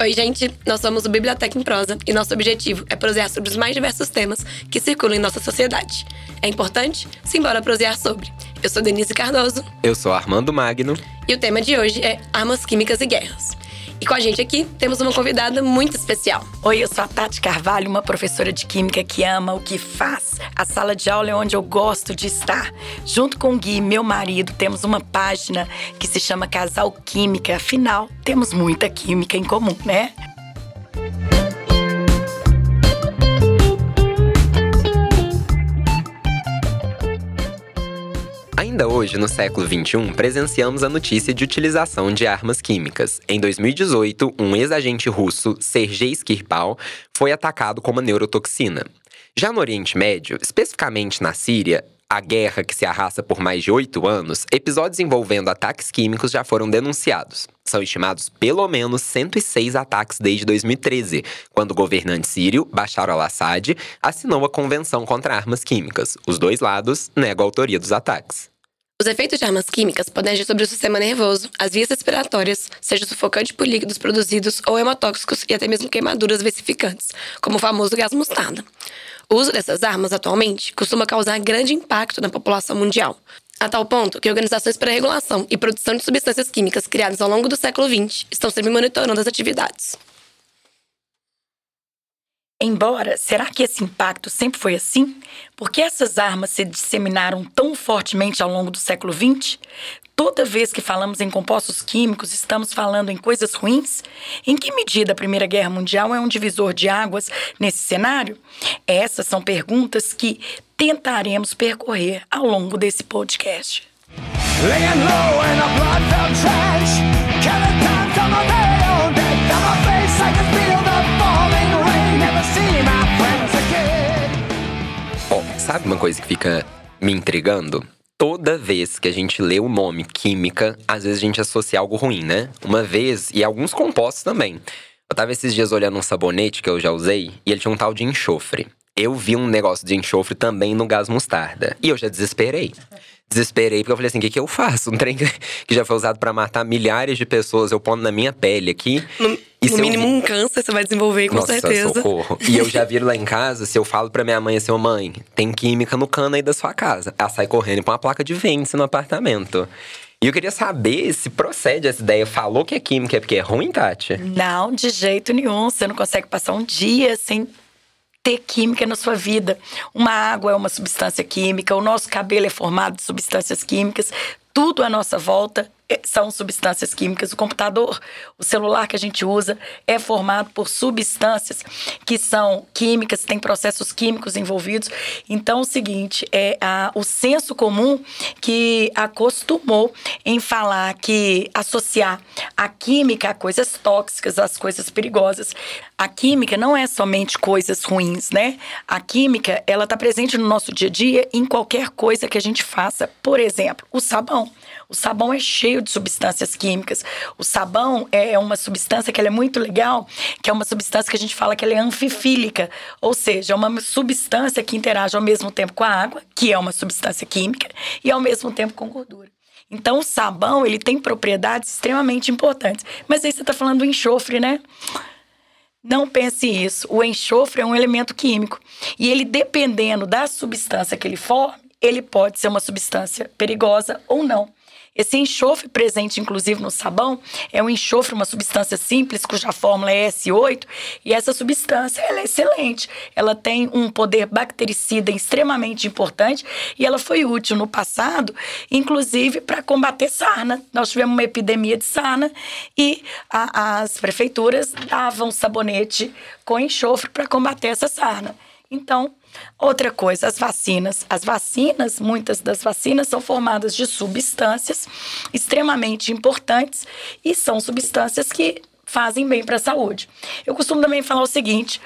Oi, gente! Nós somos o Biblioteca em Prosa e nosso objetivo é prosear sobre os mais diversos temas que circulam em nossa sociedade. É importante? Simbora prosear sobre. Eu sou Denise Cardoso. Eu sou Armando Magno. E o tema de hoje é Armas Químicas e Guerras. E com a gente aqui, temos uma convidada muito especial. Oi, eu sou a Tati Carvalho, uma professora de Química que ama o que faz. A sala de aula é onde eu gosto de estar. Junto com o Gui, meu marido, temos uma página que se chama Casal Química. Afinal, temos muita química em comum, né? Ainda hoje, no século XXI, presenciamos a notícia de utilização de armas químicas. Em 2018, um ex-agente russo, Sergei Skripal, foi atacado com uma neurotoxina. Já no Oriente Médio, especificamente na Síria, a guerra que se arrasta por mais de 8 anos, episódios envolvendo ataques químicos já foram denunciados. São estimados pelo menos 106 ataques desde 2013, quando o governante sírio, Bashar al-Assad, assinou a Convenção contra Armas Químicas. Os dois lados negam a autoria dos ataques. Os efeitos de armas químicas podem agir sobre o sistema nervoso, as vias respiratórias, seja sufocante por líquidos produzidos ou hemotóxicos e até mesmo queimaduras vesificantes, como o famoso gás mostarda. O uso dessas armas, atualmente, costuma causar grande impacto na população mundial, a tal ponto que organizações para regulação e produção de substâncias químicas criadas ao longo do século XX estão sempre monitorando as atividades. Embora, será que esse impacto sempre foi assim? Por que essas armas se disseminaram tão fortemente ao longo do século XX? Toda vez que falamos em compostos químicos, estamos falando em coisas ruins? Em que medida a Primeira Guerra Mundial é um divisor de águas nesse cenário? Essas são perguntas que tentaremos percorrer ao longo desse podcast. Sabe uma coisa que fica me intrigando? Toda vez que a gente lê o nome química, às vezes a gente associa algo ruim, né? Uma vez, e alguns compostos também. Eu tava esses dias olhando um sabonete que eu já usei, e ele tinha um tal de enxofre. Eu vi um negócio de enxofre também no gás mostarda. E eu já desesperei. Desesperei porque eu falei assim, o que eu faço? Um trem que já foi usado pra matar milhares de pessoas, eu pondo na minha pele aqui. No mínimo um câncer você vai desenvolver, com certeza. Socorro. E eu já vi lá em casa, se eu falo pra minha mãe assim, ô mãe, tem química no cano aí da sua casa. Ela sai correndo e põe uma placa de vende-se no apartamento. E eu queria saber se procede essa ideia. Falou que é química, é porque é ruim, Tati? Não, de jeito nenhum. Você não consegue passar um dia sem ter química na sua vida. Uma água é uma substância química, o nosso cabelo é formado de substâncias químicas, tudo à nossa volta são substâncias químicas. O computador, o celular que a gente usa é formado por substâncias que são químicas, tem processos químicos envolvidos. Então, é o seguinte, o senso comum que acostumou em falar que associar a química a coisas tóxicas, às coisas perigosas. A química não é somente coisas ruins, né? A química, ela está presente no nosso dia a dia em qualquer coisa que a gente faça. Por exemplo, o sabão. O sabão é cheio de substâncias químicas. O sabão é uma substância que ela é muito legal, que é uma substância que a gente fala que ela é anfifílica, ou seja, é uma substância que interage ao mesmo tempo com a água, que é uma substância química, e ao mesmo tempo com gordura. Então, o sabão, ele tem propriedades extremamente importantes. Mas aí você está falando do enxofre, né? Não pense isso. O enxofre é um elemento químico. E ele, dependendo da substância que ele forme, ele pode ser uma substância perigosa ou não. Esse enxofre presente, inclusive, no sabão, é um enxofre, uma substância simples, cuja fórmula é S8, e essa substância ela é excelente. Ela tem um poder bactericida extremamente importante e ela foi útil no passado, inclusive, para combater sarna. Nós tivemos uma epidemia de sarna e as prefeituras davam sabonete com enxofre para combater essa sarna. Então, outra coisa, as vacinas, muitas das vacinas são formadas de substâncias extremamente importantes e são substâncias que fazem bem para a saúde. Eu costumo também falar o seguinte,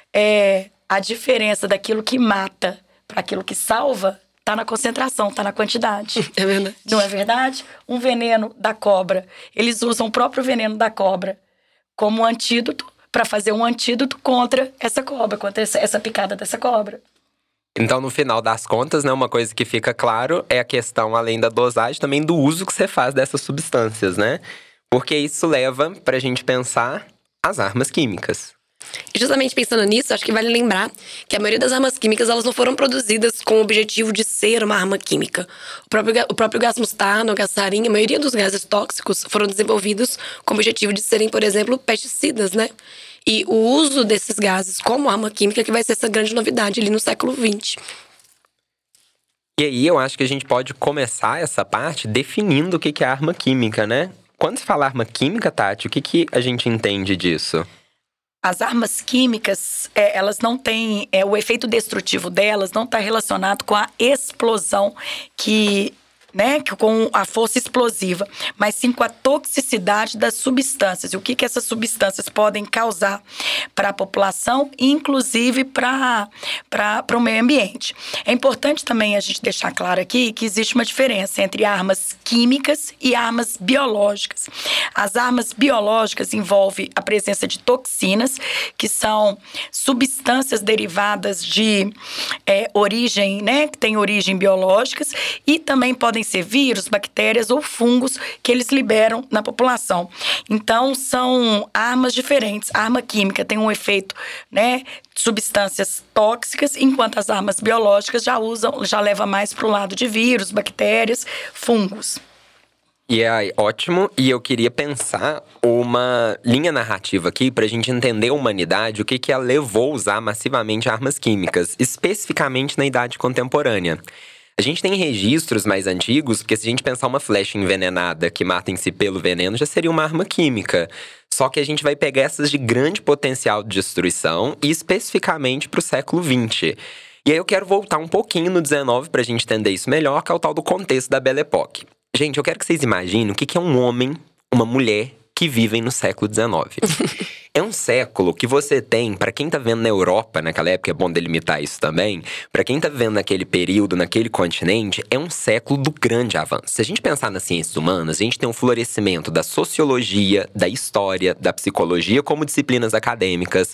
a diferença daquilo que mata para aquilo que salva está na concentração, está na quantidade. É verdade. Não é verdade? Um veneno da cobra, eles usam o próprio veneno da cobra como antídoto, para fazer um antídoto contra essa cobra, contra essa picada dessa cobra. Então, no final das contas, né, uma coisa que fica claro é a questão, além da dosagem, também do uso que você faz dessas substâncias, né? Porque isso leva pra gente pensar as armas químicas. E justamente pensando nisso, acho que vale lembrar que a maioria das armas químicas elas não foram produzidas com o objetivo de ser uma arma química. O próprio gás mostarda, o gás sarin, a maioria dos gases tóxicos foram desenvolvidos com o objetivo de serem, por exemplo, pesticidas, né? E o uso desses gases como arma química que vai ser essa grande novidade ali no século XX. E aí eu acho que a gente pode começar essa parte definindo o que é arma química, né? Quando se fala arma química, Tati, o que a gente entende disso? As armas químicas, elas não têm… o efeito destrutivo delas não está relacionado com a explosão com a força explosiva, mas sim com a toxicidade das substâncias. E o que essas substâncias podem causar para a população, inclusive para o meio ambiente. É importante também a gente deixar claro aqui que existe uma diferença entre armas químicas e armas biológicas. As armas biológicas envolvem a presença de toxinas, que são substâncias derivadas de origem, que têm origem biológicas, e também podem ser vírus, bactérias ou fungos que eles liberam na população. Então, são armas diferentes. A arma química tem um efeito, de substâncias tóxicas, enquanto as armas biológicas já leva mais para o lado de vírus, bactérias, fungos. E é ótimo, e eu queria pensar uma linha narrativa aqui pra gente entender a humanidade, o que ela levou a usar massivamente armas químicas, especificamente na idade contemporânea. A gente tem registros mais antigos, porque se a gente pensar uma flecha envenenada que mata em si pelo veneno, já seria uma arma química. Só que a gente vai pegar essas de grande potencial de destruição e especificamente para o século XX. E aí eu quero voltar um pouquinho no 19 pra gente entender isso melhor, que é o tal do contexto da Belle Époque. Gente, eu quero que vocês imaginem o que é um homem, uma mulher que vivem no século XIX. É um século que você tem, pra quem tá vendo na Europa naquela época, é bom delimitar isso também, pra quem tá vivendo naquele período, naquele continente, é um século do grande avanço. Se a gente pensar nas ciências humanas, a gente tem um florescimento da sociologia, da história, da psicologia como disciplinas acadêmicas,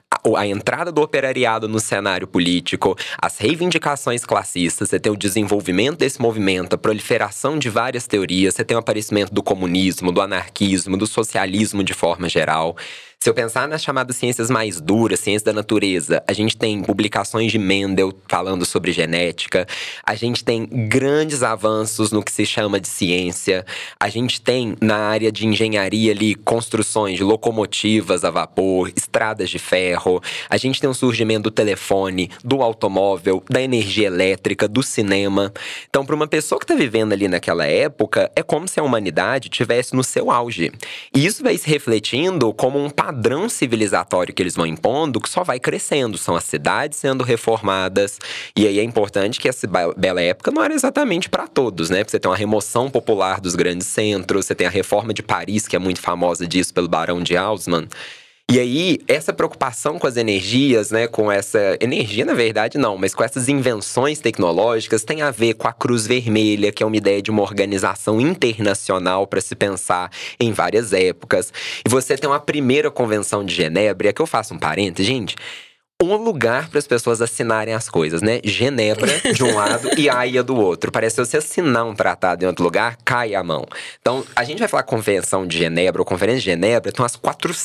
a entrada do operariado no cenário político, as reivindicações classistas, você tem o desenvolvimento desse movimento, a proliferação de várias teorias, você tem o aparecimento do comunismo, do anarquismo, do socialismo de forma geral. Se eu pensar nas chamadas ciências mais duras, ciências da natureza, a gente tem publicações de Mendel falando sobre genética, a gente tem grandes avanços no que se chama de ciência, a gente tem na área de engenharia ali construções de locomotivas a vapor, estradas de ferro, a gente tem o surgimento do telefone, do automóvel, da energia elétrica, do cinema. Então, para uma pessoa que está vivendo ali naquela época, é como se a humanidade estivesse no seu auge. E isso vai se refletindo como um padrão civilizatório que eles vão impondo, que só vai crescendo. São as cidades sendo reformadas. E aí é importante que essa bela época não era exatamente para todos, né? Porque você tem uma remoção popular dos grandes centros, você tem a reforma de Paris, que é muito famosa disso pelo Barão de Haussmann. E aí, essa preocupação com as energias, né, com essa… Energia, na verdade, não, mas com essas invenções tecnológicas tem a ver com a Cruz Vermelha, que é uma ideia de uma organização internacional para se pensar em várias épocas. E você tem uma primeira convenção de Genebra, e aqui eu faço um parênteses, gente… Um lugar para as pessoas assinarem as coisas, né? Genebra de um lado e Haia do outro. Parece que se você assinar um tratado em outro lugar, cai a mão. Então, a gente vai falar Convenção de Genebra ou Conferência de Genebra, tem umas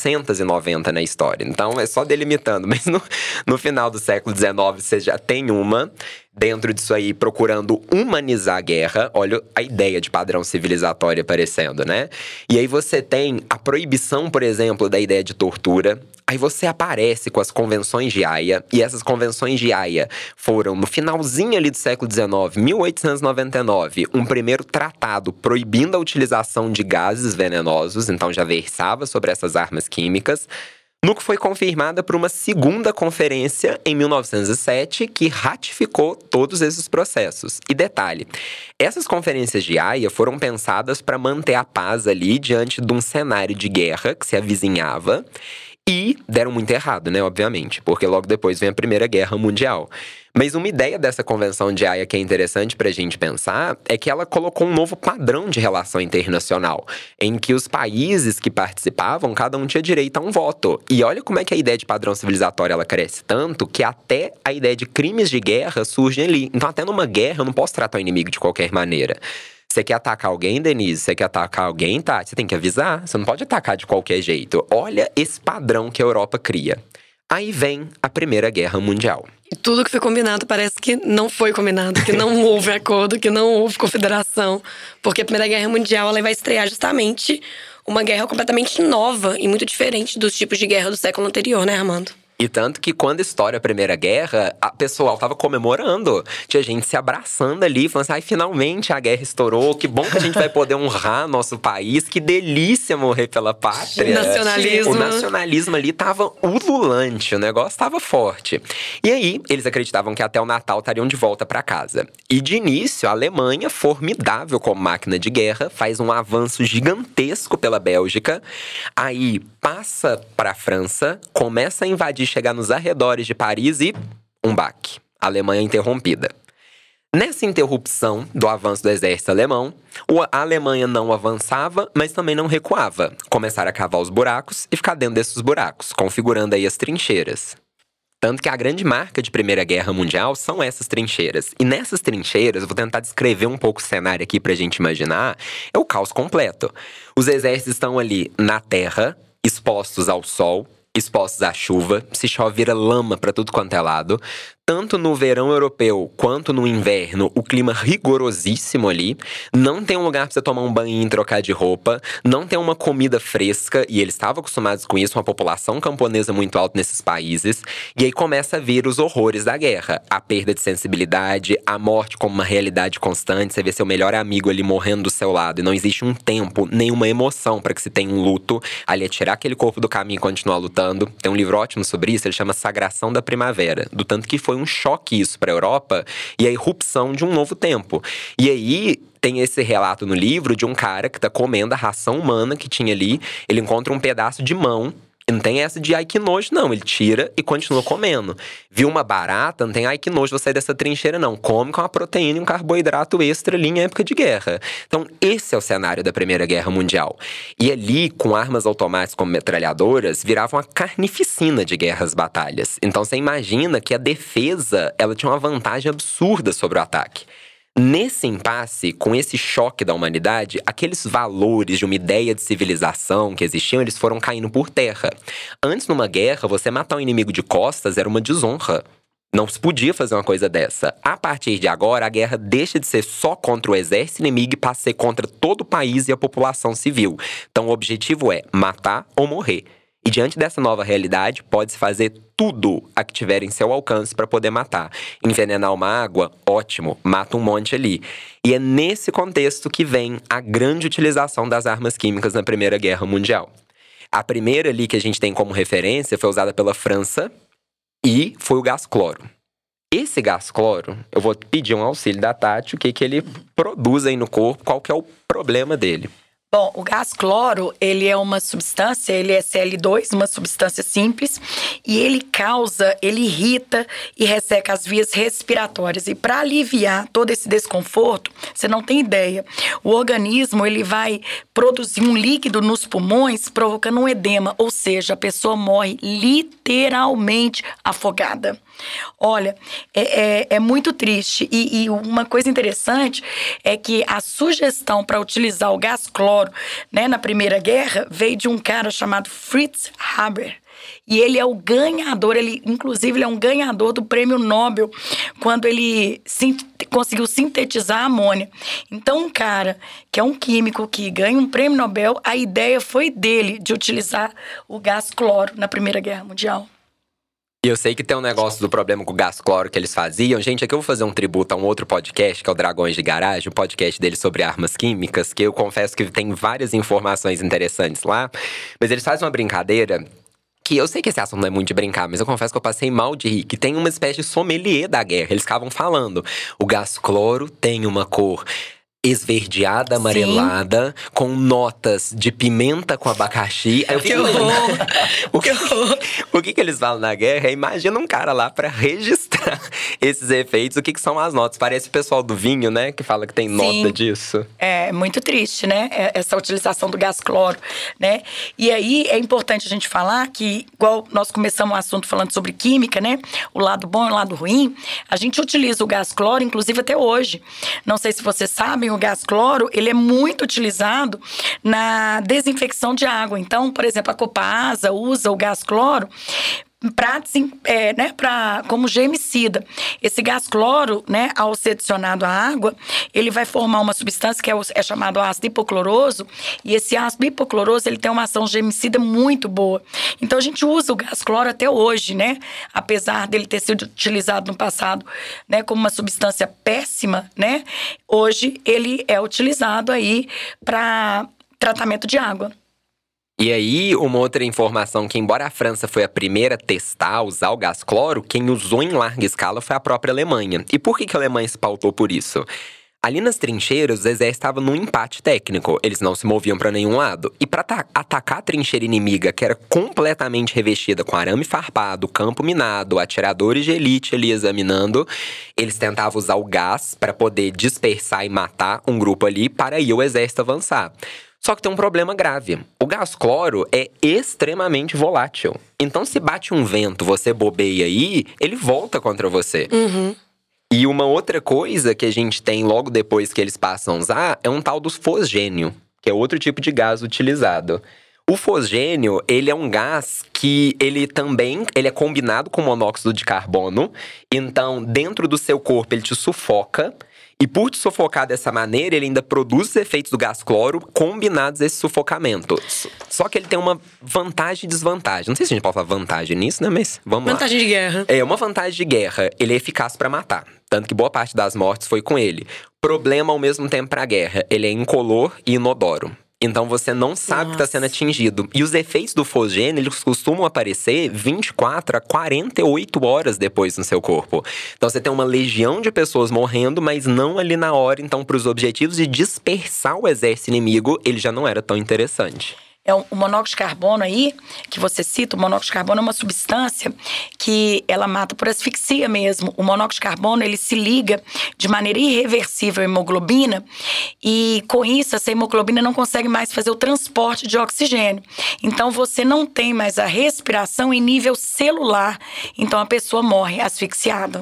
490 na história. Então, é só delimitando. Mas no final do século XIX, você já tem uma… Dentro disso aí, procurando humanizar a guerra. Olha a ideia de padrão civilizatório aparecendo, né? E aí você tem a proibição, por exemplo, da ideia de tortura. Aí você aparece com as convenções de Haia. E essas convenções de Haia foram, no finalzinho ali do século XIX, 1899, um primeiro tratado proibindo a utilização de gases venenosos. Então já versava sobre essas armas químicas. No que foi confirmada por uma segunda conferência em 1907, que ratificou todos esses processos. E detalhe, essas conferências de Haia foram pensadas para manter a paz ali diante de um cenário de guerra que se avizinhava. E deram muito errado, né, obviamente, porque logo depois vem a Primeira Guerra Mundial. Mas uma ideia dessa Convenção de Haia que é interessante pra gente pensar é que ela colocou um novo padrão de relação internacional, em que os países que participavam, cada um tinha direito a um voto. E olha como é que a ideia de padrão civilizatório ela cresce tanto que até a ideia de crimes de guerra surge ali. Então até numa guerra eu não posso tratar o inimigo de qualquer maneira. Você quer atacar alguém, Denise? Você quer atacar alguém, Tati? Você tem que avisar. Você não pode atacar de qualquer jeito. Olha esse padrão que a Europa cria. Aí vem a Primeira Guerra Mundial. E tudo que foi combinado parece que não foi combinado, que não houve acordo, que não houve confederação. Porque a Primeira Guerra Mundial ela vai estrear justamente uma guerra completamente nova e muito diferente dos tipos de guerra do século anterior, né, Armando? E tanto que quando estoura a Primeira Guerra, a pessoal tava comemorando. Tinha gente se abraçando ali, falando assim, ai, finalmente a guerra estourou. Que bom que a gente vai poder honrar nosso país. Que delícia morrer pela pátria. Nacionalismo. O nacionalismo ali tava ululante, o negócio tava forte. E aí, eles acreditavam que até o Natal estariam de volta para casa. E de início, a Alemanha, formidável como máquina de guerra, faz um avanço gigantesco pela Bélgica. Aí, passa pra França, começa a invadir, chegar nos arredores de Paris e um baque. A Alemanha interrompida. Nessa interrupção do avanço do exército alemão, a Alemanha não avançava, mas também não recuava. Começaram a cavar os buracos e ficar dentro desses buracos, configurando aí as trincheiras. Tanto que a grande marca de Primeira Guerra Mundial são essas trincheiras. E nessas trincheiras, eu vou tentar descrever um pouco o cenário aqui pra gente imaginar, é o caos completo. Os exércitos estão ali na terra, expostos ao sol, expostos à chuva, se chove vira lama pra tudo quanto é lado. Tanto no verão europeu quanto no inverno, o clima rigorosíssimo ali. Não tem um lugar pra você tomar um banho e trocar de roupa. Não tem uma comida fresca. E eles estavam acostumados com isso, uma população camponesa muito alta nesses países. E aí começa a vir os horrores da guerra. A perda de sensibilidade, a morte como uma realidade constante. Você vê seu melhor amigo ali morrendo do seu lado. E não existe um tempo, nenhuma emoção pra que se tenha um luto. Ali é tirar aquele corpo do caminho e continuar lutando. Tem um livro ótimo sobre isso, ele chama Sagração da Primavera. Do tanto que foi um choque isso para a Europa e a irrupção de um novo tempo. E aí tem esse relato no livro de um cara que tá comendo a ração humana que tinha ali. Ele encontra um pedaço de mão. E não tem essa de ai que nojo, não. Ele tira e continua comendo. Viu uma barata, não tem ai que nojo, vou sair dessa trincheira, não. Come com uma proteína e um carboidrato extra ali em época de guerra. Então, esse é o cenário da Primeira Guerra Mundial. E ali, com armas automáticas como metralhadoras, virava uma carnificina de guerras-batalhas. Então, você imagina que a defesa, ela tinha uma vantagem absurda sobre o ataque. Nesse impasse, com esse choque da humanidade, aqueles valores de uma ideia de civilização que existiam, eles foram caindo por terra. Antes, numa guerra, você matar um inimigo de costas era uma desonra. Não se podia fazer uma coisa dessa. A partir de agora, a guerra deixa de ser só contra o exército inimigo e passa a ser contra todo o país e a população civil. Então, o objetivo é matar ou morrer. E diante dessa nova realidade, pode-se fazer tudo a que tiver em seu alcance para poder matar. Envenenar uma água? Ótimo, mata um monte ali. E é nesse contexto que vem a grande utilização das armas químicas na Primeira Guerra Mundial. A primeira ali que a gente tem como referência foi usada pela França e foi o gás cloro. Esse gás cloro, eu vou pedir um auxílio da Tati, o que ele produz aí no corpo, qual que é o problema dele. Bom, o gás cloro, ele é uma substância, ele é Cl2, uma substância simples, e ele irrita e resseca as vias respiratórias. E para aliviar todo esse desconforto, você não tem ideia, o organismo, ele vai produzir um líquido nos pulmões, provocando um edema, ou seja, a pessoa morre literalmente afogada. Olha, é muito triste. E uma coisa interessante é que a sugestão para utilizar o gás cloro, né, na Primeira Guerra veio de um cara chamado Fritz Haber. E ele é o ganhador, inclusive ele é um ganhador do prêmio Nobel quando ele conseguiu sintetizar a amônia. Então um cara que é um químico que ganha um prêmio Nobel, a ideia foi dele de utilizar o gás cloro na Primeira Guerra Mundial. E eu sei que tem um negócio do problema com o gás cloro que eles faziam. Gente, aqui eu vou fazer um tributo a um outro podcast, que é o Dragões de Garagem, um podcast deles sobre armas químicas, que eu confesso que tem várias informações interessantes lá. Mas eles fazem uma brincadeira que eu sei que esse assunto não é muito de brincar, mas eu confesso que eu passei mal de rir, que tem uma espécie de sommelier da guerra. Eles ficavam falando, o gás cloro tem uma cor esverdeada, amarelada, sim, com notas de pimenta com abacaxi. Aí eu fico o que eles falam na guerra? Imagina um cara lá pra registrar esses efeitos. O que são as notas? Parece o pessoal do vinho, né? Que fala que tem, sim, nota disso. É muito triste, né? Essa utilização do gás cloro, né? E aí é importante a gente falar que, igual nós começamos o assunto falando sobre química, né? O lado bom e o lado ruim. A gente utiliza o gás cloro, inclusive até hoje. Não sei se vocês sabem, o gás cloro, ele é muito utilizado na desinfecção de água. Então, por exemplo, a Copasa usa o gás cloro como germicida. Esse gás cloro, né, ao ser adicionado à água, ele vai formar uma substância que é chamado ácido hipocloroso, e esse ácido hipocloroso ele tem uma ação germicida muito boa. Então a gente usa o gás cloro até hoje, né? Apesar dele ter sido utilizado no passado, né, como uma substância péssima, né? Hoje ele é utilizado aí para tratamento de água. E aí, uma outra informação que, embora a França foi a primeira a testar, usar o gás cloro, quem usou em larga escala foi a própria Alemanha. E por que a Alemanha se pautou por isso? Ali nas trincheiras, o exército estava num empate técnico. Eles não se moviam para nenhum lado. E para atacar a trincheira inimiga, que era completamente revestida com arame farpado, campo minado, atiradores de elite ali examinando, eles tentavam usar o gás para poder dispersar e matar um grupo ali para aí o exército avançar. Só que tem um problema grave. O gás cloro é extremamente volátil. Então, se bate um vento, você bobeia aí, ele volta contra você. Uhum. E uma outra coisa que a gente tem logo depois que eles passam a usar é um tal dos fosgênio, que é outro tipo de gás utilizado. O fosgênio, ele é um gás que ele é combinado com monóxido de carbono. Então, dentro do seu corpo, ele te sufoca. E por te sufocar dessa maneira, ele ainda produz os efeitos do gás cloro combinados a esse sufocamento. Só que ele tem uma vantagem e desvantagem. Não sei se a gente pode falar vantagem nisso, né? Mas vamos lá. Vantagem de guerra. É, uma vantagem de guerra. Ele é eficaz para matar. Tanto que boa parte das mortes foi com ele. Problema ao mesmo tempo pra guerra. Ele é incolor e inodoro. Então você não sabe que está sendo atingido. E os efeitos do fosgênio, eles costumam aparecer 24 a 48 horas depois no seu corpo. Então você tem uma legião de pessoas morrendo, mas não ali na hora. Então, para os objetivos de dispersar o exército inimigo, ele já não era tão interessante. O monóxido de carbono aí, que você cita, o monóxido de carbono é uma substância que ela mata por asfixia mesmo. O monóxido de carbono, ele se liga de maneira irreversível à hemoglobina e com isso essa hemoglobina não consegue mais fazer o transporte de oxigênio. Então você não tem mais a respiração em nível celular, então a pessoa morre asfixiada.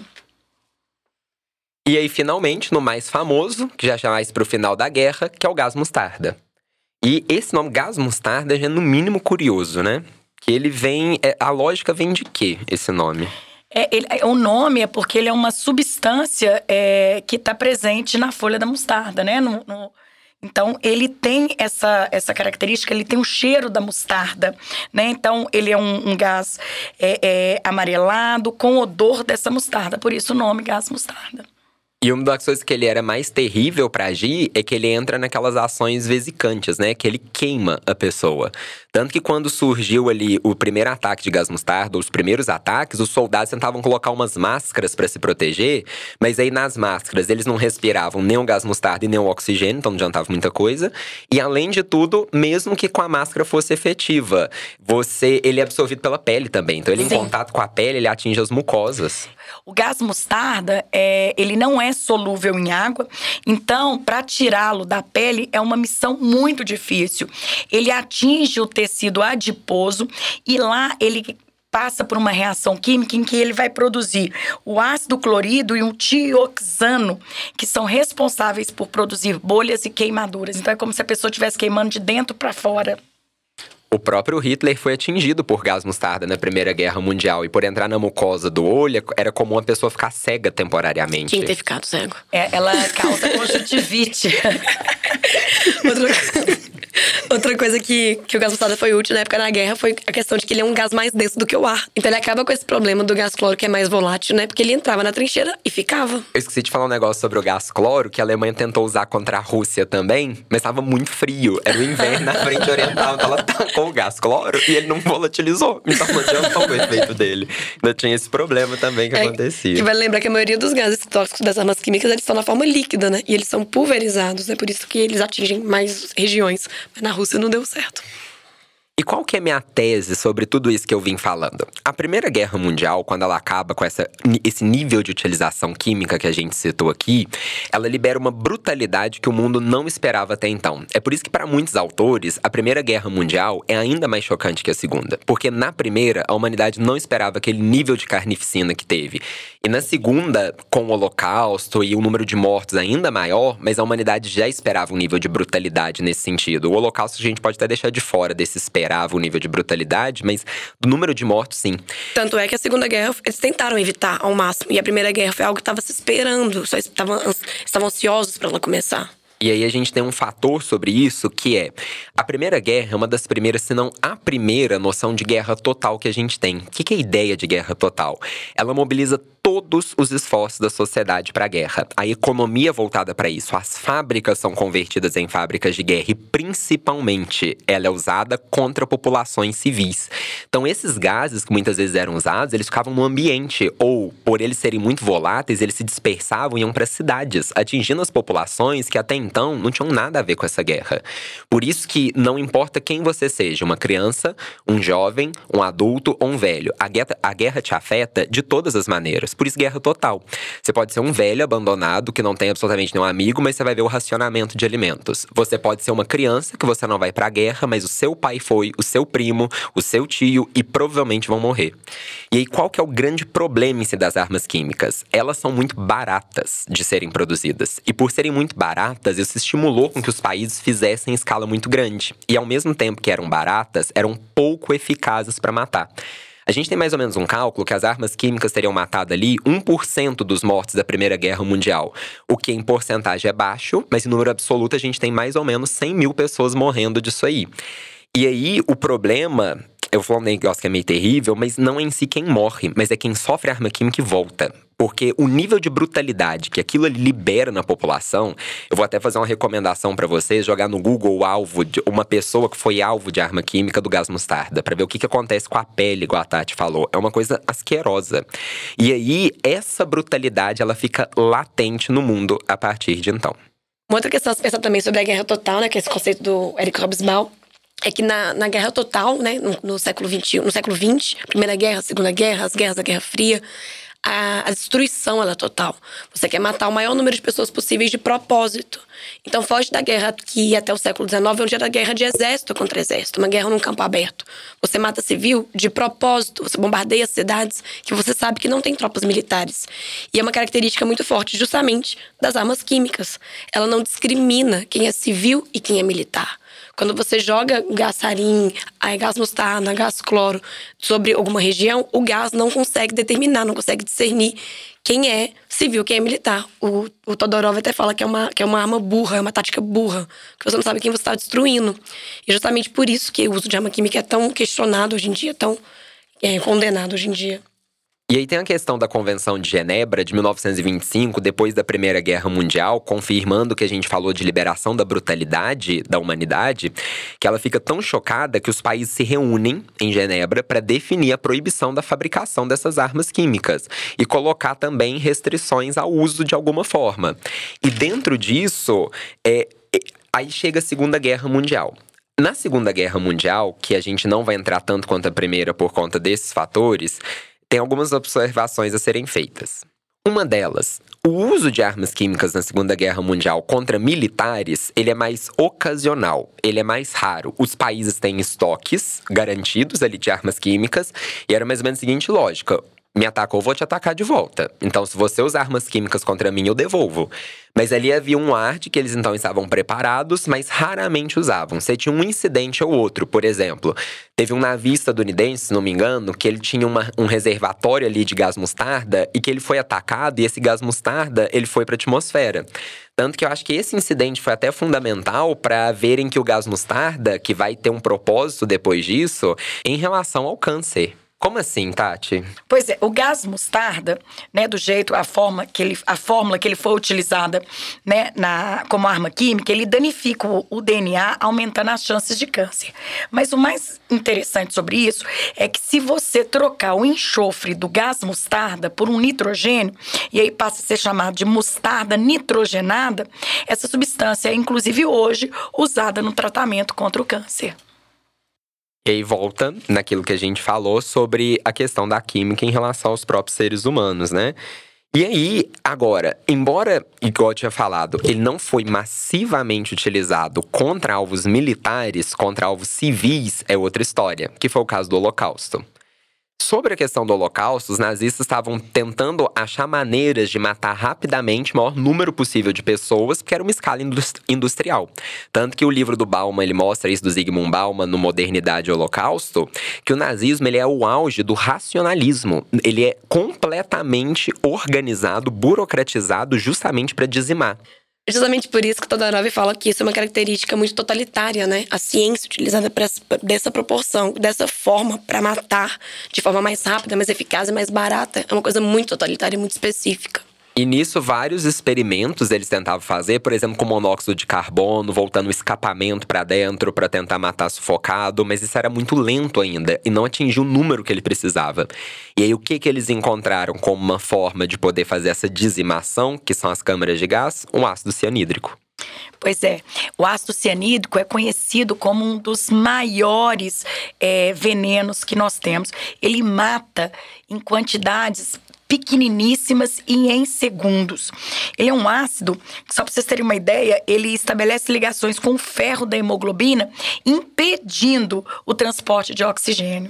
E aí, finalmente, no mais famoso, que já mais pro final da guerra, que é o gás mostarda. E esse nome, gás mostarda, já é no mínimo curioso, né? Que ele vem… a lógica vem de quê, esse nome? O nome é porque ele é uma substância que está presente na folha da mostarda, né? Então, ele tem essa característica, ele tem o cheiro da mostarda, né? Então, ele é um gás amarelado com odor dessa mostarda. Por isso o nome gás mostarda. E uma das coisas que ele era mais terrível pra agir é que ele entra naquelas ações vesicantes, né? Que ele queima a pessoa. Tanto que quando surgiu ali o primeiro ataque de gás mostarda, os primeiros ataques, os soldados tentavam colocar umas máscaras pra se proteger, mas aí nas máscaras eles não respiravam nem o gás mostarda e nem o oxigênio, então não adiantava muita coisa. E além de tudo, mesmo que com a máscara fosse efetiva, ele é absorvido pela pele também. Então ele em contato com a pele, ele atinge as mucosas. O gás mostarda, ele não é solúvel em água, então para tirá-lo da pele é uma missão muito difícil. Ele atinge o tecido adiposo e lá ele passa por uma reação química em que ele vai produzir o ácido clorídrico e um tioxano, que são responsáveis por produzir bolhas e queimaduras. Então é como se a pessoa estivesse queimando de dentro para fora. O próprio Hitler foi atingido por gás mostarda na Primeira Guerra Mundial. E por entrar na mucosa do olho, era comum a pessoa ficar cega temporariamente. Tinha que ter ficado cego. Ela causa conjuntivite. Outra coisa que o gás mostarda foi útil na época da guerra foi a questão de que ele é um gás mais denso do que o ar. Então ele acaba com esse problema do gás cloro, que é mais volátil, né? Porque ele entrava na trincheira e ficava. Eu esqueci de falar um negócio sobre o gás cloro, que a Alemanha tentou usar contra a Rússia também, mas estava muito frio. Era o inverno na frente oriental, então ela tacou o gás cloro e ele não volatilizou. Então não adiantou o efeito dele. Ainda tinha esse problema também que acontecia. E vale lembrar que a maioria dos gases tóxicos das armas químicas, eles estão na forma líquida, né? E eles são pulverizados, é por isso que eles atingem mais regiões. Mas na Rússia não deu certo. E qual que é a minha tese sobre tudo isso que eu vim falando? A Primeira Guerra Mundial, quando ela acaba com esse nível de utilização química que a gente citou aqui, ela libera uma brutalidade que o mundo não esperava até então. É por isso que, para muitos autores, a Primeira Guerra Mundial é ainda mais chocante que a Segunda. Porque na primeira, a humanidade não esperava aquele nível de carnificina que teve. E na segunda, com o Holocausto e um número de mortos ainda maior, mas a humanidade já esperava um nível de brutalidade nesse sentido. O Holocausto a gente pode até deixar de fora desse esperava o nível de brutalidade, mas do número de mortos, sim. Tanto é que a Segunda Guerra, eles tentaram evitar ao máximo. E a Primeira Guerra foi algo que estava se esperando. Só estavam ansiosos para ela começar. E aí a gente tem um fator sobre isso que é… A Primeira Guerra é uma das primeiras, se não a primeira noção de guerra total que a gente tem. O que é a ideia de guerra total? Ela mobiliza todos os esforços da sociedade para a guerra. A economia voltada para isso. As fábricas são convertidas em fábricas de guerra e, principalmente, ela é usada contra populações civis. Então, esses gases que muitas vezes eram usados, eles ficavam no ambiente ou, por eles serem muito voláteis, eles se dispersavam e iam para cidades, atingindo as populações que até então não tinham nada a ver com essa guerra. Por isso que não importa quem você seja, uma criança, um jovem, um adulto ou um velho, a guerra te afeta de todas as maneiras. Por isso, guerra total. Você pode ser um velho abandonado que não tem absolutamente nenhum amigo, mas você vai ver o racionamento de alimentos. Você pode ser uma criança que você não vai pra guerra, mas o seu pai foi, o seu primo, o seu tio e provavelmente vão morrer. E aí, qual que é o grande problema em si das armas químicas? Elas são muito baratas de serem produzidas. E por serem muito baratas, isso estimulou com que os países fizessem em escala muito grande. E ao mesmo tempo que eram baratas, eram pouco eficazes para matar. A gente tem mais ou menos um cálculo que as armas químicas teriam matado ali 1% dos mortos da Primeira Guerra Mundial. O que em porcentagem é baixo, mas em número absoluto a gente tem mais ou menos 100 mil pessoas morrendo disso aí. E aí, o problema… Eu vou falar um negócio que é meio terrível, mas não é em si quem morre, mas é quem sofre arma química e volta. Porque o nível de brutalidade que aquilo ali libera na população… Eu vou até fazer uma recomendação pra vocês, jogar no Google alvo de uma pessoa que foi alvo de arma química do gás mostarda, pra ver o que acontece com a pele, igual a Tati falou. É uma coisa asquerosa. E aí, essa brutalidade, ela fica latente no mundo a partir de então. Uma outra questão a se pensar também sobre a guerra total, né, que é esse conceito do Eric Hobsbawm, é que na Guerra Total, né, no século XX, Primeira Guerra, Segunda Guerra, as guerras da Guerra Fria, a destruição ela é total. Você quer matar o maior número de pessoas possíveis de propósito. Então foge da guerra que ia até o século XIX, onde era guerra de exército contra exército, uma guerra num campo aberto. Você mata civil de propósito, você bombardeia cidades que você sabe que não tem tropas militares. E é uma característica muito forte justamente das armas químicas. Ela não discrimina quem é civil e quem é militar. Quando você joga gás sarin, gás mostarda, gás cloro sobre alguma região, o gás não consegue determinar, não consegue discernir quem é civil, quem é militar. O Todorov até fala que é uma arma burra, é uma tática burra, que você não sabe quem você está destruindo. E justamente por isso que o uso de arma química é tão questionado hoje em dia, tão condenado hoje em dia. E aí tem a questão da Convenção de Genebra de 1925, depois da Primeira Guerra Mundial, confirmando que a gente falou de liberação da brutalidade da humanidade, que ela fica tão chocada que os países se reúnem em Genebra para definir a proibição da fabricação dessas armas químicas e colocar também restrições ao uso de alguma forma. E dentro disso, aí chega a Segunda Guerra Mundial. Na Segunda Guerra Mundial, que a gente não vai entrar tanto quanto a primeira por conta desses fatores, tem algumas observações a serem feitas. Uma delas, o uso de armas químicas na Segunda Guerra Mundial contra militares, ele é mais ocasional, ele é mais raro. Os países têm estoques garantidos ali de armas químicas e era mais ou menos a seguinte lógica: me atacou, eu vou te atacar de volta. Então, se você usar armas químicas contra mim, eu devolvo. Mas ali havia um ar de que eles então estavam preparados, mas raramente usavam. Você tinha um incidente ou outro, por exemplo. Teve um navio estadunidense, se não me engano, que ele tinha um reservatório ali de gás mostarda e que ele foi atacado e esse gás mostarda, ele foi para a atmosfera. Tanto que eu acho que esse incidente foi até fundamental para verem que o gás mostarda, que vai ter um propósito depois disso, em relação ao câncer. Como assim, Tati? Pois é, o gás mostarda, né, do jeito, a fórmula que ele foi utilizada, né, como arma química, ele danifica o DNA, aumentando as chances de câncer. Mas o mais interessante sobre isso é que se você trocar o enxofre do gás mostarda por um nitrogênio, e aí passa a ser chamado de mostarda nitrogenada, essa substância é, inclusive hoje, usada no tratamento contra o câncer. E aí volta naquilo que a gente falou sobre a questão da química em relação aos próprios seres humanos, né? E aí, agora, embora, igual eu tinha falado, ele não foi massivamente utilizado contra alvos militares, contra alvos civis, é outra história, que foi o caso do Holocausto. Sobre a questão do Holocausto, os nazistas estavam tentando achar maneiras de matar rapidamente o maior número possível de pessoas, porque era uma escala industrial. Tanto que o livro do Bauman, ele mostra isso, do Zygmunt Bauman, no Modernidade e Holocausto, que o nazismo ele é o auge do racionalismo. Ele é completamente organizado, burocratizado, justamente para dizimar. Justamente por isso que Todorov fala que isso é uma característica muito totalitária, né? A ciência utilizada dessa proporção, dessa forma, para matar de forma mais rápida, mais eficaz e mais barata, é uma coisa muito totalitária e muito específica. E nisso, vários experimentos eles tentavam fazer, por exemplo, com monóxido de carbono, voltando o escapamento para dentro para tentar matar sufocado, mas isso era muito lento ainda e não atingiu o número que ele precisava. E aí, o que eles encontraram como uma forma de poder fazer essa dizimação, que são as câmaras de gás? Um ácido cianídrico. Pois é, o ácido cianídrico é conhecido como um dos maiores venenos que nós temos. Ele mata em quantidades pequeniníssimas e em segundos. Ele é um ácido, só para vocês terem uma ideia, ele estabelece ligações com o ferro da hemoglobina, impedindo o transporte de oxigênio.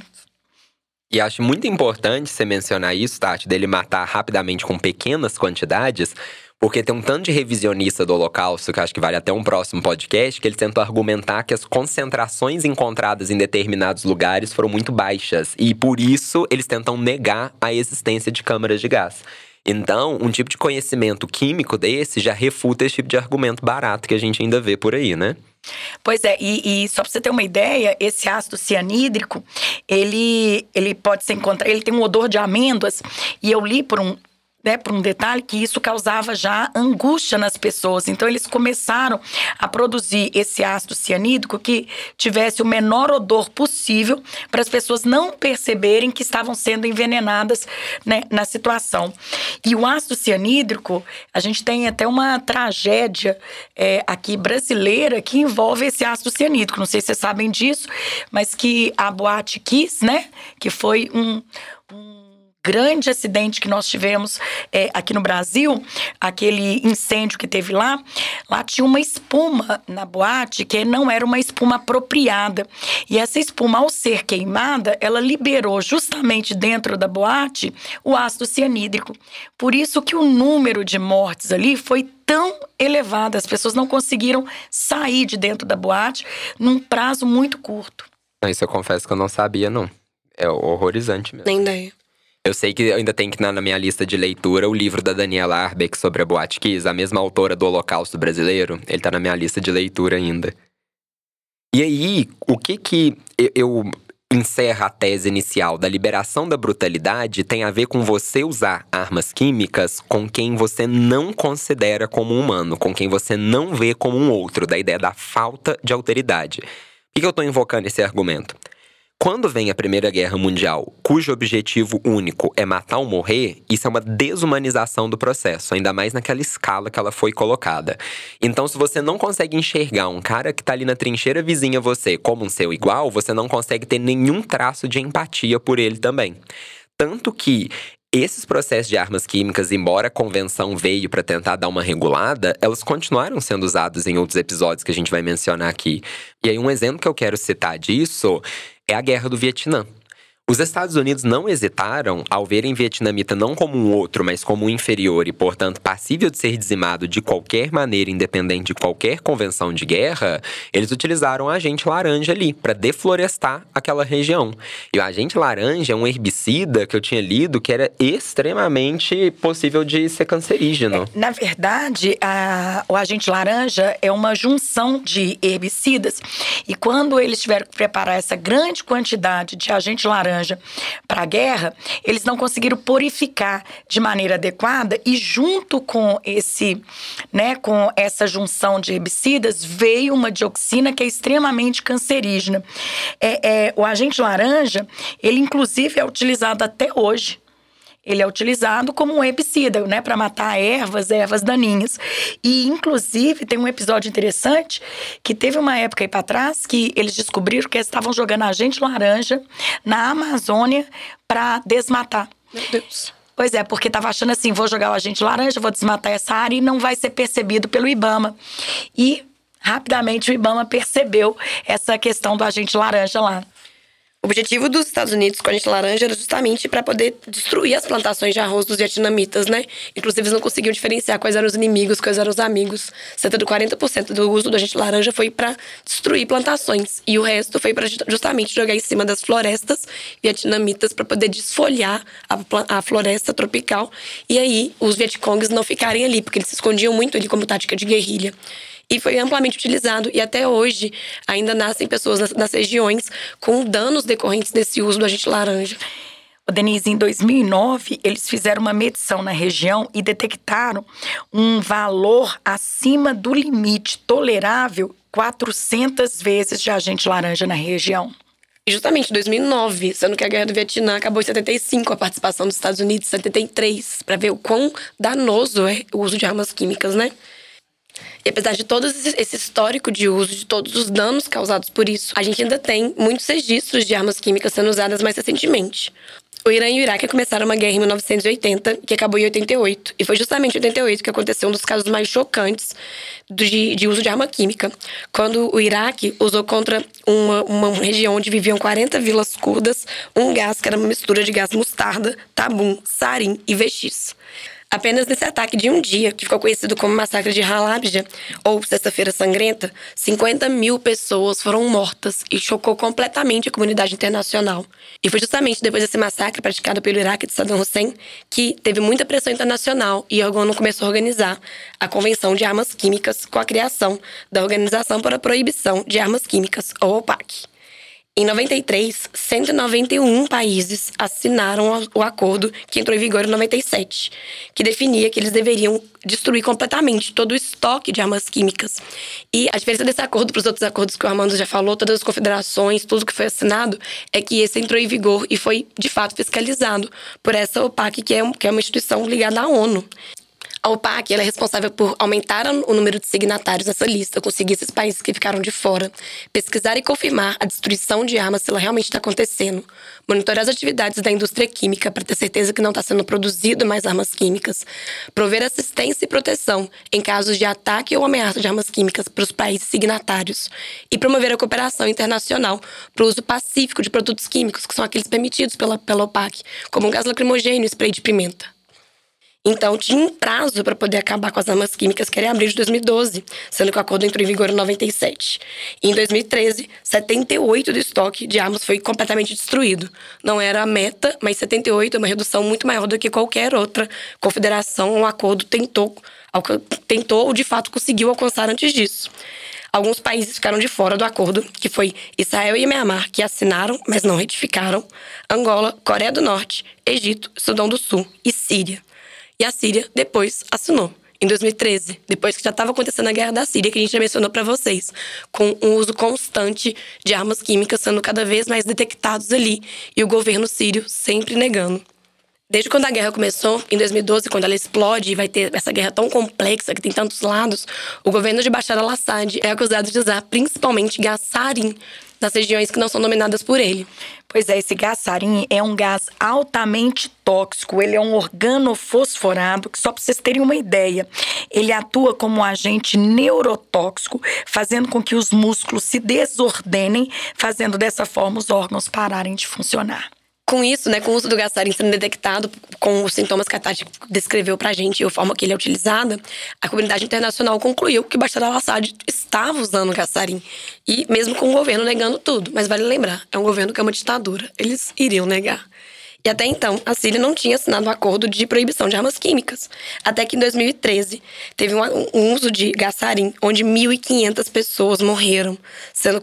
E acho muito importante você mencionar isso, Tati, dele matar rapidamente com pequenas quantidades, porque tem um tanto de revisionista do Holocausto, que acho que vale até um próximo podcast, que eles tentam argumentar que as concentrações encontradas em determinados lugares foram muito baixas. E por isso, eles tentam negar a existência de câmaras de gás. Então, um tipo de conhecimento químico desse já refuta esse tipo de argumento barato que a gente ainda vê por aí, né? Pois é, e só para você ter uma ideia, esse ácido cianídrico, ele pode ser encontrado, ele tem um odor de amêndoas, e eu li por um detalhe que isso causava já angústia nas pessoas. Então, eles começaram a produzir esse ácido cianídrico que tivesse o menor odor possível para as pessoas não perceberem que estavam sendo envenenadas, né, na situação. E o ácido cianídrico, a gente tem até uma tragédia aqui brasileira que envolve esse ácido cianídrico. Não sei se vocês sabem disso, mas que a Boate Kiss, né, que foi um grande acidente que nós tivemos aqui no Brasil, aquele incêndio que teve lá tinha uma espuma na boate que não era uma espuma apropriada. E essa espuma, ao ser queimada, ela liberou justamente dentro da boate o ácido cianídrico. Por isso que o número de mortes ali foi tão elevado. As pessoas não conseguiram sair de dentro da boate num prazo muito curto. Isso eu confesso que eu não sabia, não. É horrorizante mesmo. Nem ideia. Eu sei que eu ainda tenho que na minha lista de leitura o livro da Daniela Arbeck sobre a Boate Kiss, a mesma autora do Holocausto Brasileiro. Ele tá na minha lista de leitura ainda. E aí, o que eu encerro a tese inicial da liberação da brutalidade tem a ver com você usar armas químicas com quem você não considera como um humano, com quem você não vê como um outro, da ideia da falta de alteridade. Por que eu tô invocando esse argumento? Quando vem a Primeira Guerra Mundial, cujo objetivo único é matar ou morrer, isso é uma desumanização do processo, ainda mais naquela escala que ela foi colocada. Então, se você não consegue enxergar um cara que tá ali na trincheira vizinha a você como um seu igual, você não consegue ter nenhum traço de empatia por ele também. Tanto que esses processos de armas químicas, embora a convenção veio para tentar dar uma regulada, elas continuaram sendo usadas em outros episódios que a gente vai mencionar aqui. E aí um exemplo que eu quero citar disso é a Guerra do Vietnã. Os Estados Unidos não hesitaram ao verem vietnamita não como um outro, mas como um inferior e, portanto, passível de ser dizimado de qualquer maneira, independente de qualquer convenção de guerra, eles utilizaram o agente laranja ali para deflorestar aquela região. E o agente laranja é um herbicida que eu tinha lido que era extremamente possível de ser cancerígeno. Na verdade, o agente laranja é uma junção de herbicidas. E quando eles tiveram que preparar essa grande quantidade de agente laranja para a guerra, eles não conseguiram purificar de maneira adequada e junto com com essa junção de herbicidas veio uma dioxina que é extremamente cancerígena. O agente laranja, ele inclusive é utilizado até hoje. Ele é utilizado como um herbicida, né, para matar ervas daninhas. E, inclusive, tem um episódio interessante que teve uma época aí para trás que eles descobriram que eles estavam jogando agente laranja na Amazônia para desmatar. Meu Deus. Pois é, porque estava achando assim, vou jogar o agente laranja, vou desmatar essa área e não vai ser percebido pelo IBAMA. E, rapidamente, o IBAMA percebeu essa questão do agente laranja lá. O objetivo dos Estados Unidos com a agente laranja era justamente para poder destruir as plantações de arroz dos vietnamitas, né? Inclusive, eles não conseguiam diferenciar quais eram os inimigos, quais eram os amigos. Cerca de 40% do uso do agente laranja foi para destruir plantações. E o resto foi para justamente jogar em cima das florestas vietnamitas para poder desfolhar a floresta tropical. E aí, os Vietcongs não ficarem ali, porque eles se escondiam muito ali como tática de guerrilha. E foi amplamente utilizado. E até hoje, ainda nascem pessoas nas regiões com danos decorrentes desse uso do agente laranja. Denise, em 2009, eles fizeram uma medição na região e detectaram um valor acima do limite tolerável 400 vezes de agente laranja na região. E justamente em 2009, sendo que a Guerra do Vietnã acabou em 75, a participação dos Estados Unidos em 73, para ver o quão danoso é o uso de armas químicas, né? E apesar de todo esse histórico de uso, de todos os danos causados por isso, a gente ainda tem muitos registros de armas químicas sendo usadas mais recentemente. O Irã e o Iraque começaram uma guerra em 1980, que acabou em 88. E foi justamente em 88 que aconteceu um dos casos mais chocantes de uso de arma química. Quando o Iraque usou contra uma região onde viviam 40 vilas curdas, um gás que era uma mistura de gás mostarda, tabum, sarin e VX. Apenas nesse ataque de um dia, que ficou conhecido como Massacre de Halabja, ou Sexta-feira Sangrenta, 50 mil pessoas foram mortas e chocou completamente a comunidade internacional. E foi justamente depois desse massacre praticado pelo Iraque de Saddam Hussein que teve muita pressão internacional e a ONU começou a organizar a Convenção de Armas Químicas com a criação da Organização para a Proibição de Armas Químicas, ou OPAC. Em 93, 191 países assinaram o acordo que entrou em vigor em 97, que definia que eles deveriam destruir completamente todo o estoque de armas químicas. E a diferença desse acordo para os outros acordos que o Armando já falou, todas as confederações, tudo que foi assinado, é que esse entrou em vigor e foi, de fato, fiscalizado por essa OPAC, que é uma instituição ligada à ONU. A OPAC ela é responsável por aumentar o número de signatários dessa lista, conseguir esses países que ficaram de fora, pesquisar e confirmar a destruição de armas se ela realmente está acontecendo, monitorar as atividades da indústria química para ter certeza que não está sendo produzido mais armas químicas, prover assistência e proteção em casos de ataque ou ameaça de armas químicas para os países signatários e promover a cooperação internacional para o uso pacífico de produtos químicos, que são aqueles permitidos pela OPAC, como gás lacrimogêneo e spray de pimenta. Então, tinha um prazo para poder acabar com as armas químicas, que era em abril de 2012, sendo que o acordo entrou em vigor em 97. E em 2013, 78% do estoque de armas foi completamente destruído. Não era a meta, mas 78% é uma redução muito maior do que qualquer outra confederação ou acordo tentou ou de fato conseguiu alcançar antes disso. Alguns países ficaram de fora do acordo, que foi Israel e Mianmar, que assinaram, mas não ratificaram, Angola, Coreia do Norte, Egito, Sudão do Sul e Síria. E a Síria depois assinou, em 2013, depois que já estava acontecendo a guerra da Síria, que a gente já mencionou para vocês, com o uso constante de armas químicas sendo cada vez mais detectados ali, e o governo sírio sempre negando. Desde quando a guerra começou, em 2012, quando ela explode e vai ter essa guerra tão complexa que tem tantos lados, o governo de Bashar al-Assad é acusado de usar principalmente gás sarin nas regiões que não são dominadas por ele. Pois é, esse gás sarin é um gás altamente tóxico, ele é um organofosforado, que só para vocês terem uma ideia, ele atua como um agente neurotóxico, fazendo com que os músculos se desordenem, fazendo dessa forma os órgãos pararem de funcionar. Com isso, com o uso do gás sarin sendo detectado com os sintomas que a Tati descreveu pra gente e a forma que ele é utilizado, a comunidade internacional concluiu que Bashar al-Assad estava usando gás sarin. E mesmo com o governo negando tudo. Mas vale lembrar, é um governo que é uma ditadura. Eles iriam negar. E até então, a Síria não tinha assinado um acordo de proibição de armas químicas. Até que em 2013, teve um uso de gás sarin, onde 1.500 pessoas morreram, sendo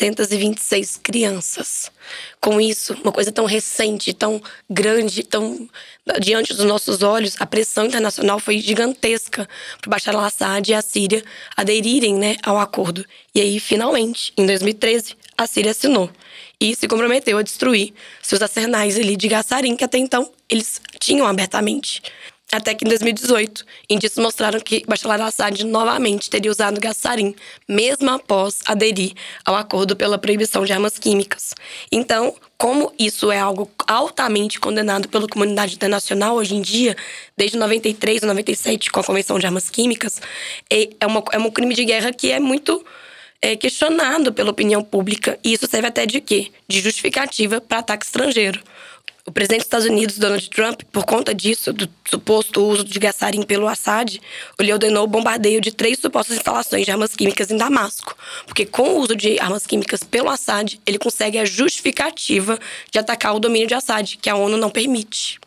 426 crianças. Com isso, uma coisa tão recente, tão grande, tão diante dos nossos olhos, a pressão internacional foi gigantesca para Bashar al-Assad e a Síria aderirem ao acordo. E aí, finalmente, em 2013, a Síria assinou. E se comprometeu a destruir seus arsenais ali de gás sarin, que até então eles tinham abertamente. Até que em 2018, indícios mostraram que Bashar al-Assad novamente teria usado gás sarin, mesmo após aderir ao acordo pela proibição de armas químicas. Então, como isso é algo altamente condenado pela comunidade internacional hoje em dia, desde 93 ou 97, com a Convenção de Armas Químicas, é um crime de guerra que é muito questionado pela opinião pública. E isso serve até de quê? De justificativa para ataque estrangeiro. O presidente dos Estados Unidos, Donald Trump, por conta disso, do suposto uso de gás sarin pelo Assad, ele ordenou o bombardeio de 3 supostas instalações de armas químicas em Damasco. Porque com o uso de armas químicas pelo Assad, ele consegue a justificativa de atacar o domínio de Assad, que a ONU não permite.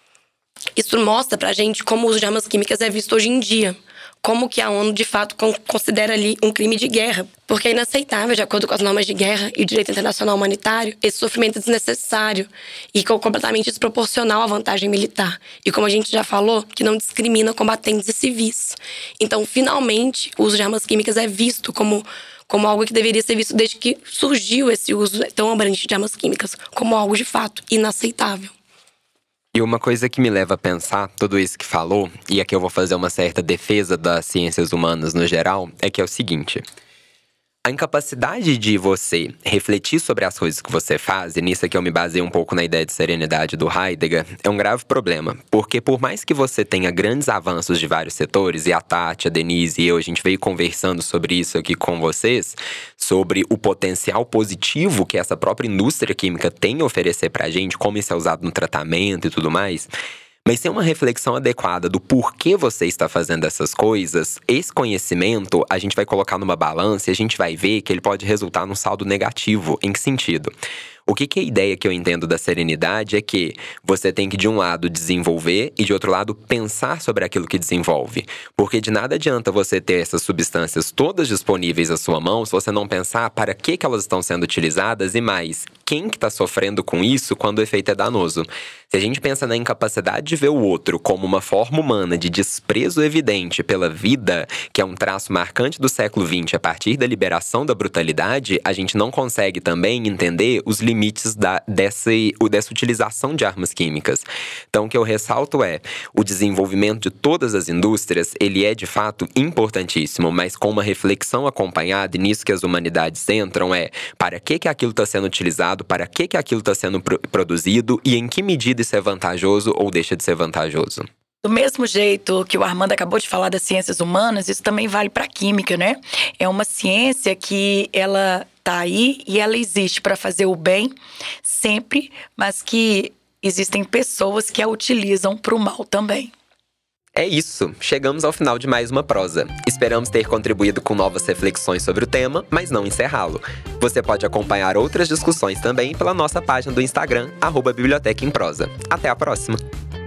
Isso mostra pra gente como o uso de armas químicas é visto hoje em dia. Como que a ONU, de fato, considera ali um crime de guerra. Porque é inaceitável, de acordo com as normas de guerra e o direito internacional humanitário, esse sofrimento é desnecessário e completamente desproporcional à vantagem militar. E como a gente já falou, que não discrimina combatentes e civis. Então, finalmente, o uso de armas químicas é visto como algo que deveria ser visto desde que surgiu esse uso tão abrangente de armas químicas, como algo, de fato, inaceitável. E uma coisa que me leva a pensar tudo isso que falou, e aqui eu vou fazer uma certa defesa das ciências humanas no geral, é que é o seguinte: a incapacidade de você refletir sobre as coisas que você faz, e nisso aqui eu me baseio um pouco na ideia de serenidade do Heidegger, é um grave problema. Porque por mais que você tenha grandes avanços de vários setores, e a Tati, a Denise e eu, a gente veio conversando sobre isso aqui com vocês, sobre o potencial positivo que essa própria indústria química tem a oferecer pra gente, como isso é usado no tratamento e tudo mais. Mas sem uma reflexão adequada do porquê você está fazendo essas coisas, esse conhecimento a gente vai colocar numa balança e a gente vai ver que ele pode resultar num saldo negativo. Em que sentido? O que é a ideia que eu entendo da serenidade é que você tem que, de um lado, desenvolver e, de outro lado, pensar sobre aquilo que desenvolve. Porque de nada adianta você ter essas substâncias todas disponíveis à sua mão se você não pensar para que elas estão sendo utilizadas e, mais, quem que está sofrendo com isso quando o efeito é danoso. Se a gente pensa na incapacidade de ver o outro como uma forma humana de desprezo evidente pela vida, que é um traço marcante do século XX a partir da liberação da brutalidade, a gente não consegue também entender os limites dessa utilização de armas químicas. Então, o que eu ressalto é, o desenvolvimento de todas as indústrias, ele é de fato importantíssimo, mas com uma reflexão acompanhada, e nisso que as humanidades entram, é para que aquilo está sendo utilizado, para que aquilo está sendo produzido e em que medida isso é vantajoso ou deixa de ser vantajoso. Do mesmo jeito que o Armando acabou de falar das ciências humanas, isso também vale para a química, né? É uma ciência que ela tá aí e ela existe para fazer o bem sempre, mas que existem pessoas que a utilizam para o mal também. É isso, chegamos ao final de mais uma prosa. Esperamos ter contribuído com novas reflexões sobre o tema, mas não encerrá-lo. Você pode acompanhar outras discussões também pela nossa página do Instagram, @Biblioteca em Prosa. Até a próxima!